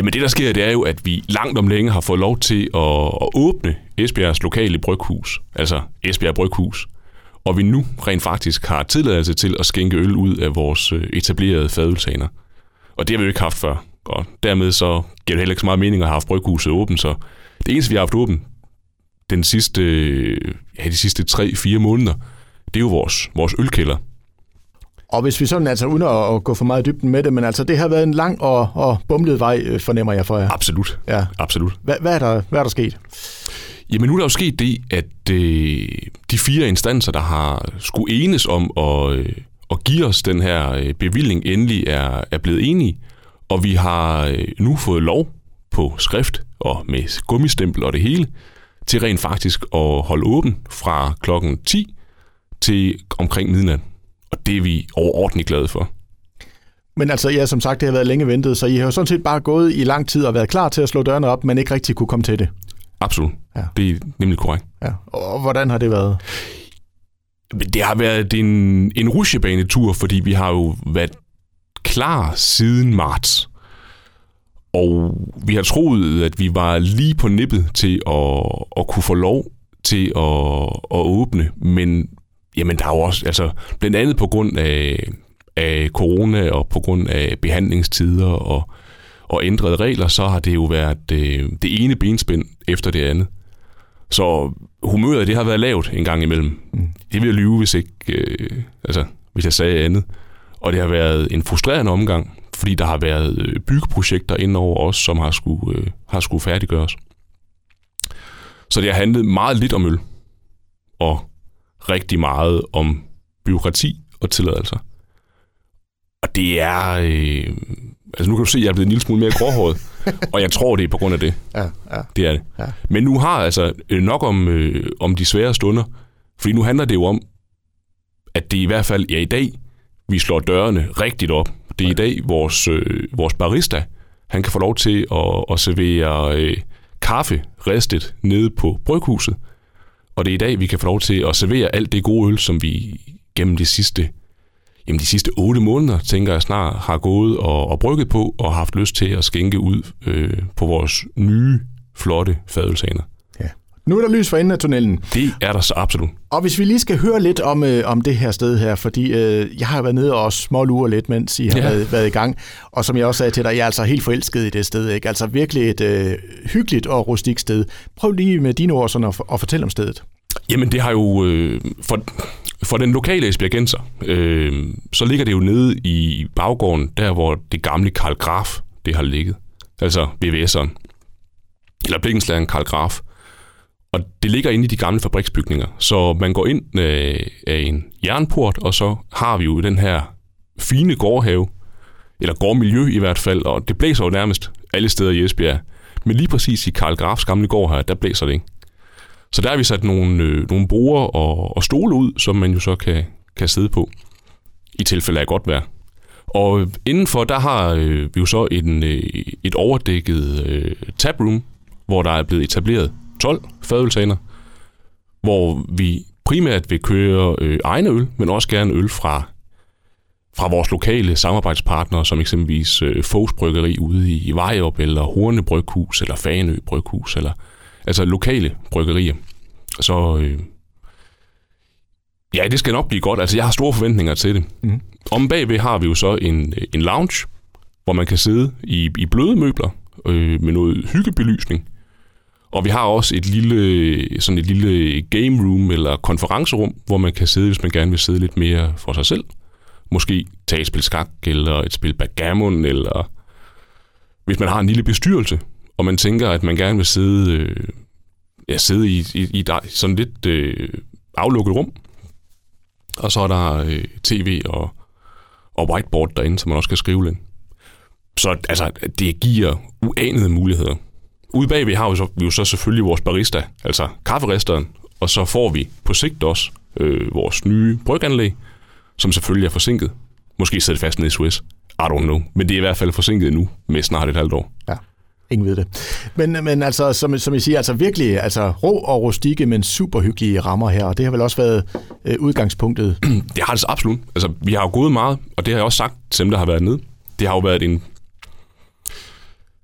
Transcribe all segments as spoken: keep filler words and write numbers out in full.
Jamen det, der sker, det er jo, at vi langt om længe har fået lov til at, at åbne Esbjergs lokale bryghus, altså Esbjerg Bryghus, og vi nu rent faktisk har tilladelse til at skænke øl ud af vores etablerede fadølshaner. Og det har vi jo ikke haft før, og dermed så giver det heller ikke så meget mening at have haft bryghuset åbent, så det eneste, vi har haft åbent den sidste, ja, de sidste tre fire måneder, det er jo vores, vores ølkælder. Og hvis vi sådan, altså uden at gå for meget i dybden med det, men altså det har været en lang og, og bumlet vej, fornemmer jeg for jer. Absolut, ja. Absolut. Hvad, hvad, er der, hvad er der sket? Jamen nu er der jo sket det, at øh, de fire instanser, der har skulle enes om at, øh, at give os den her øh, bevilling, endelig er, er blevet enige, og vi har øh, nu fået lov på skrift og med gummistempel og det hele, til rent faktisk at holde åben fra klokken ti til omkring midnat. Og det er vi overordentligt glade for. Men altså, ja, som sagt, det har været længe ventet, så I har jo sådan set bare gået i lang tid og været klar til at slå dørene op, men ikke rigtig kunne komme til det. Absolut. Ja. Det er nemlig korrekt. Ja. Og hvordan har det været? Det har været en, en rutsjebanetur, fordi vi har jo været klar siden marts. Og vi har troet, at vi var lige på nippet til at, at kunne få lov til at, at åbne, men jamen, der er jo også, altså, blandt andet på grund af, af corona og på grund af behandlingstider og, og ændrede regler, så har det jo været øh, det ene benspænd efter det andet. Så humøret, det har været lavt en gang imellem. Mm. Det vil jeg lyve, hvis ikke, øh, altså, hvis jeg sagde andet. Og det har været en frustrerende omgang, fordi der har været byggeprojekter inde over os, som har skulle, øh, har skulle færdiggøres. Så det har handlet meget lidt om øl, og rigtig meget om bureaukrati og tilladelser. Og det er... Øh, altså nu kan du se, at jeg er blevet en lille smule mere gråhåret, og jeg tror, det er på grund af det. Ja, ja. Det er det. Ja. Men nu har altså nok om, øh, om de svære stunder, fordi nu handler det jo om, at det i hvert fald er i dag, vi slår dørene rigtigt op. Det er ja. i dag, vores, øh, vores barista, han kan få lov til at, at servere øh, kaffe ristet nede på bryghuset. Og det er i dag, vi kan få lov til at servere alt det gode øl, som vi gennem de sidste, jamen de sidste otte måneder, tænker jeg snart, har gået og, og brygget på og haft lyst til at skænke ud øh, på vores nye, flotte fadølshaner. Ja. Nu er der lys for enden af tunnelen. Det er der så absolut. Og hvis vi lige skal høre lidt om, øh, om det her sted her, fordi øh, jeg har været nede og smålurer lidt, mens I har ja. været, været i gang. Og som jeg også sagde til dig, jeg er altså helt forelsket i det sted, ikke? Altså virkelig et øh, hyggeligt og rustikt sted. Prøv lige med dine ord sådan at, at fortælle om stedet. Jamen det har jo, øh, for, for den lokale esbjergenser, øh, så ligger det jo nede i baggården, der hvor det gamle Karl Graf, det har ligget. Altså B V S'eren. Eller blikkenslageren Karl Graf. Og det ligger inde i de gamle fabriksbygninger. Så man går ind øh, af en jernport, og så har vi jo den her fine gårdhave, eller gårdmiljø i hvert fald, og det blæser jo nærmest alle steder i Esbjerg. Men lige præcis i Karl Grafs gamle gård her, der blæser det ikke. Så der har vi sat nogle, øh, nogle borde og, og stole ud, som man jo så kan, kan sidde på, i tilfælde af godt vejr. Og indenfor, der har øh, vi jo så en, øh, et overdækket øh, taproom, hvor der er blevet etableret tolv fadølshaner, hvor vi primært vil køre øh, egne øl, men også gerne øl fra, fra vores lokale samarbejdspartnere, som eksempelvis øh, Foghs Bryggeri ude i Vejrup, eller Horne Bryghus, eller Fanø Bryghus, eller altså lokale bryggerier. Så øh, ja, det skal nok blive godt. Altså, jeg har store forventninger til det. Mm. Om bagved har vi jo så en, en lounge, hvor man kan sidde i, i bløde møbler øh, med noget hyggebelysning. Og vi har også et lille, sådan et lille game room eller konferencerum, hvor man kan sidde, hvis man gerne vil sidde lidt mere for sig selv. Måske tage et spil skak, eller et spil backgammon, eller hvis man har en lille bestyrelse, og man tænker, at man gerne vil sidde, øh, ja, sidde i, i, i sådan lidt øh, aflukket rum. Og så er der øh, tv og, og whiteboard derinde, som man også kan skrive lidt. Så altså, det giver uanede muligheder. Ude bagved har vi, så, vi jo så selvfølgelig vores barista, altså kafferisteren, og så får vi på sigt også øh, vores nye bryganlæg, som selvfølgelig er forsinket. Måske sidder det fast nede i Suez. I don't know. Men det er i hvert fald forsinket nu med snart et halvt år. Ja, ingen ved det. Men, men altså, som, som I siger, altså virkelig altså, rå og rustikke, men super hyggelige rammer her, og det har vel også været øh, udgangspunktet? Det har det absolut. Altså, vi har jo gået meget, og det har jeg også sagt til dem, der har været nede. Det har jo været en...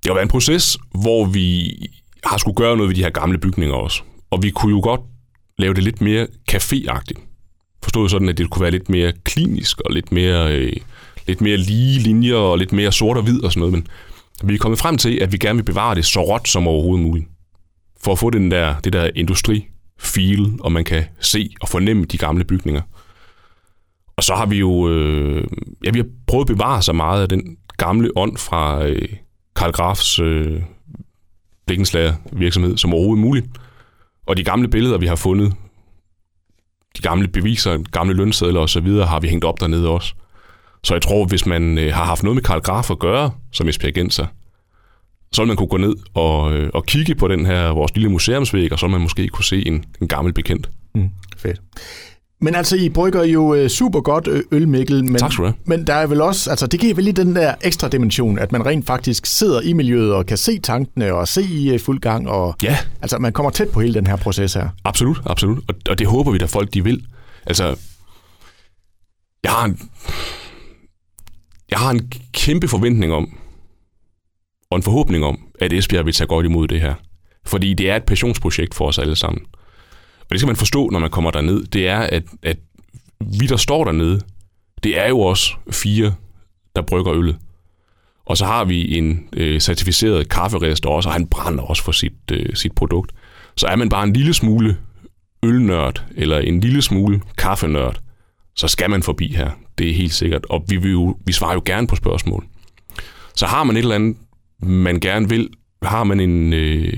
har været en proces, hvor vi har skulle gøre noget ved de her gamle bygninger også. Og vi kunne jo godt lave det lidt mere caféagtigt. Forstået sådan, at det kunne være lidt mere klinisk og lidt mere, øh, lidt mere lige linjer og lidt mere sort og hvid og sådan noget. Men vi er kommet frem til, at vi gerne vil bevare det så råt som overhovedet muligt. For at få den der, det der industri-feel, og man kan se og fornemme de gamle bygninger. Og så har vi jo øh, ja, vi har prøvet at bevare så meget af den gamle ånd fra øh, Carl Grafs øh, blikkenslager virksomhed som overhovedet muligt. Og de gamle billeder, vi har fundet, de gamle beviser, gamle lønsedler osv., har vi hængt op dernede også. Så jeg tror, hvis man øh, har haft noget med Carl Graf at gøre som esbjergenser, så vil man kunne gå ned og, øh, og kigge på den her vores lille museumsvæg, og så vil man måske kunne se en, en gammel bekendt. Mm, fedt. Men altså, I brygger jo super godt øl, Mikkel. Men, tak skal du have. Men der er vel også, altså det giver vel lige den der ekstra dimension, at man rent faktisk sidder i miljøet og kan se tankene og se i fuld gang. Og, ja. Altså, man kommer tæt på hele den her proces her. Absolut, absolut. Og, og det håber vi, at folk de vil. Altså, jeg har en, jeg har en kæmpe forventning om, og en forhåbning om, at Esbjerg vil tage godt imod det her. Fordi det er et passionsprojekt for os alle sammen. Og det skal man forstå, når man kommer derned. Det er, at, at vi, der står dernede, det er jo også fire, der brygger øllet. Og så har vi en øh, certificeret kafferester også, og han brænder også for sit, øh, sit produkt. Så er man bare en lille smule ølnørd, eller en lille smule kaffenørd, så skal man forbi her. Det er helt sikkert. Og vi, vil jo, vi svarer jo gerne på spørgsmål. Så har man et eller andet, man gerne vil, har man en... Øh,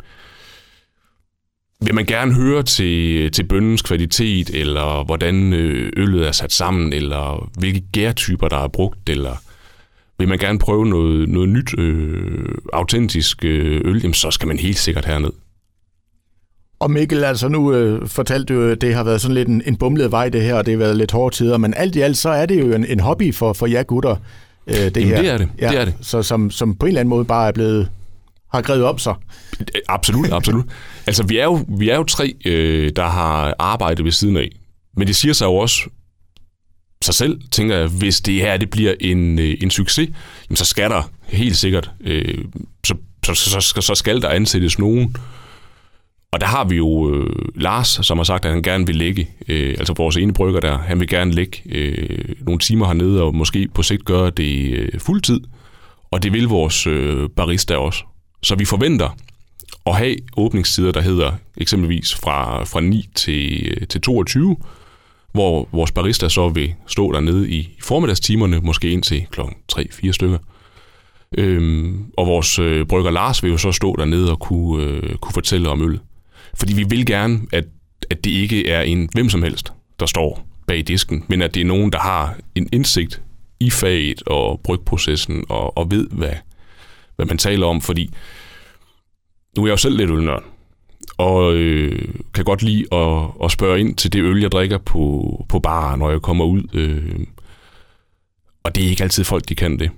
vil man gerne høre til, til bønnens kvalitet, eller hvordan øllet er sat sammen, eller hvilke gærtyper, der er brugt, eller vil man gerne prøve noget, noget nyt, øh, autentisk øh, øl, jamen, så skal man helt sikkert herned. Og Mikkel, altså nu øh, fortalte du, at det har været sådan lidt en, en bumlet vej det her, og det har været lidt hårde tider, men alt i alt, så er det jo en, en hobby for, for jer gutter. Øh, det jamen, her. det er det. Ja, det, er det. Så som, som på en eller anden måde bare er blevet... har grevet op sig. Absolut, absolut. Altså, vi er jo, vi er jo tre, øh, der har arbejdet ved siden af. Men det siger sig jo også sig selv, tænker jeg, hvis det her det bliver en, øh, en succes, jamen, så skal der helt sikkert, øh, så, så, så, så skal der ansættes nogen. Og der har vi jo øh, Lars, som har sagt, at han gerne vil lægge, øh, altså vores ene brygger der, han vil gerne lægge øh, nogle timer hernede, og måske på sigt gøre det øh, fuldtid. Og det vil vores øh, barista også. Så vi forventer at have åbningstider, der hedder eksempelvis fra, fra ni til, til toogtyve, hvor vores barista så vil stå dernede i formiddagstimerne, måske indtil klokken tre fire stykker. Øhm, og vores øh, brygger Lars vil jo så stå dernede og kunne, øh, kunne fortælle om øl. Fordi vi vil gerne, at, at det ikke er en hvem som helst, der står bag disken, men at det er nogen, der har en indsigt i faget og brygprocessen og, og ved, hvad hvad man taler om, fordi nu er jeg jo selv lidt ølnørd, og øh, kan godt lide at, at spørge ind til det øl, jeg drikker på, på baren, når jeg kommer ud. Øh, og det er ikke altid folk, de kan det.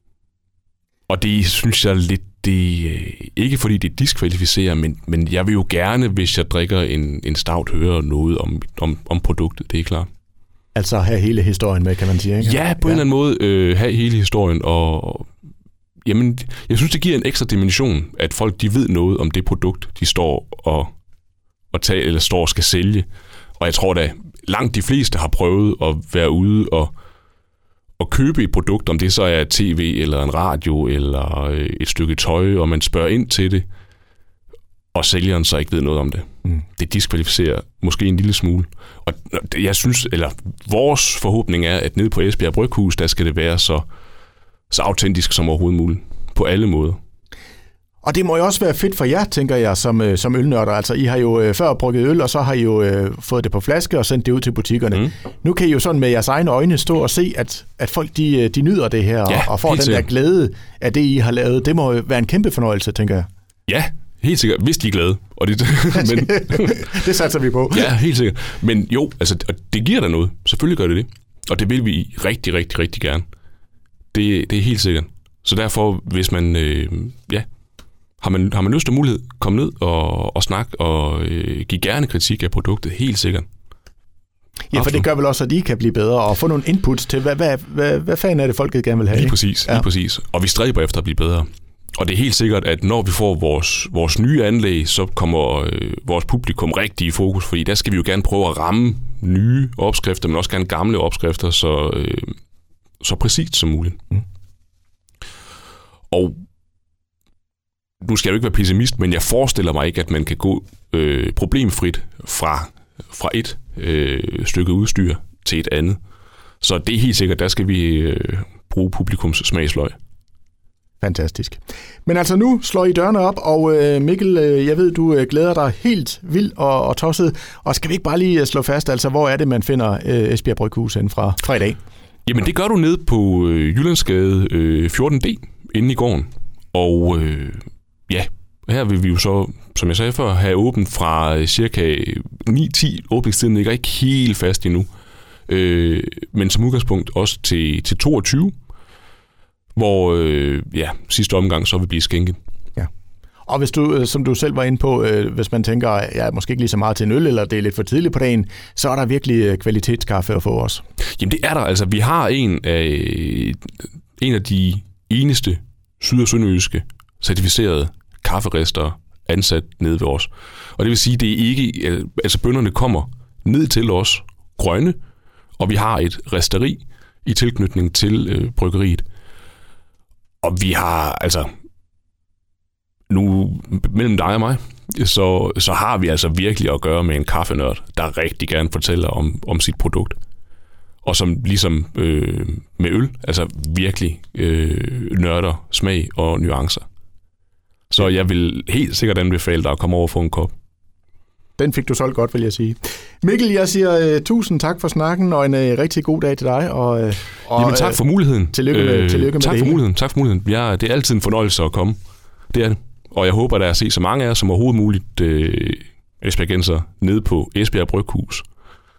Og det synes jeg lidt, det ikke fordi det diskvalificerer, men, men jeg vil jo gerne, hvis jeg drikker en, en stout, høre noget om, om, om produktet, det er klart. Altså have hele historien med, kan man sige, ikke? Ja, på ja. en eller anden måde øh, have hele historien, og jamen, jeg synes, det giver en ekstra dimension, at folk de ved noget om det produkt, de står og, og tager, eller står og skal sælge. Og jeg tror da, langt de fleste har prøvet at være ude og, og købe et produkt, om det så er tv eller en radio eller et stykke tøj, og man spørger ind til det, og sælgeren så ikke ved noget om det. Mm. Det diskvalificerer måske en lille smule. Og jeg synes, eller vores forhåbning er, at nede på Esbjerg Bryghus, der skal det være så så autentisk som overhovedet muligt, på alle måder. Og det må jo også være fedt for jer, tænker jeg, som, som ølnørder. Altså, I har jo øh, før brygget øl, og så har I jo øh, fået det på flaske og sendt det ud til butikkerne. Mm. Nu kan I jo sådan med jeres egne øjne stå og se, at, at folk de, de nyder det her, ja, og, og får den sikkert der glæde af det, I har lavet. Det må jo være en kæmpe fornøjelse, tænker jeg. Ja, helt sikkert, hvis de er glade. Og det, men, det satser vi på. Ja, helt sikkert. Men jo, altså, det giver da noget. Selvfølgelig gør det det. Og det vil vi rigtig, rigtig, rigtig gerne. Det, det er helt sikkert. Så derfor, hvis man, øh, ja, har man, har man lyst og mulighed, kom ned og, og snak og øh, give gerne kritik af produktet, helt sikkert. Ja, for det gør vel også, at I kan blive bedre og få nogle inputs til, hvad, hvad, hvad, hvad fanden er det, folket gerne vil have? Lige præcis, ja. lige præcis. Og vi stræber efter at blive bedre. Og det er helt sikkert, at når vi får vores, vores nye anlæg, så kommer øh, vores publikum rigtig i fokus, fordi der skal vi jo gerne prøve at ramme nye opskrifter, men også gerne gamle opskrifter, så, øh, så præcist som muligt. Mm. Og nu skal jeg jo ikke være pessimist, men jeg forestiller mig ikke, at man kan gå øh, problemfrit fra, fra et øh, stykke udstyr til et andet. Så det er helt sikkert, der skal vi øh, bruge publikums smagsløg. Fantastisk. Men altså nu slår I dørene op, og øh, Mikkel, øh, jeg ved, du øh, glæder dig helt vildt og, og tosset. Og skal vi ikke bare lige slå fast, altså hvor er det, man finder øh, Esbjerg Bryghus inden fra, fra i dag? Jamen det gør du nede på øh, Jyllandsgade øh, fjorten D inde i gården. Og øh, ja, her vil vi jo så, som jeg sagde før, have åbent fra cirka ni ti. Åbningstiden ligger ikke helt fast endnu. Øh, men som udgangspunkt også til, til toogtyve, hvor øh, ja, sidste omgang så vil blive skænket. Ja. Og hvis du, som du selv var inde på, øh, hvis man tænker, ja, måske ikke lige så meget til en øl, eller det er lidt for tidligt på dagen, så er der virkelig kvalitetskaffe at få os. Jamen det er der. Altså vi har en af, en af de eneste syd- og sønderjyske certificerede kafferester ansat nede ved os. Og det vil sige, det er ikke, altså bønderne kommer ned til os grønne, og vi har et resteri i tilknytning til øh, bryggeriet. Og vi har, altså, nu mellem dig og mig, så, så har vi altså virkelig at gøre med en kaffenørd, der rigtig gerne fortæller om, om sit produkt. Og som ligesom øh, med øl, altså virkelig øh, nørder smag og nuancer. Så jeg vil helt sikkert anbefale dig at komme over og få en kop. Den fik du solgt godt, vil jeg sige. Mikkel, jeg siger uh, tusind tak for snakken, og en uh, rigtig god dag til dig. Og, uh, og, Jamen tak for muligheden. Tillykke med, øh, tillykke med tak det for hele. muligheden. Tak for muligheden. Ja, det er altid en fornøjelse at komme. Det er det. Og jeg håber, at der er set så mange af jer som overhovedet muligt øh, esbjergenser nede på Esbjerg Bryghus.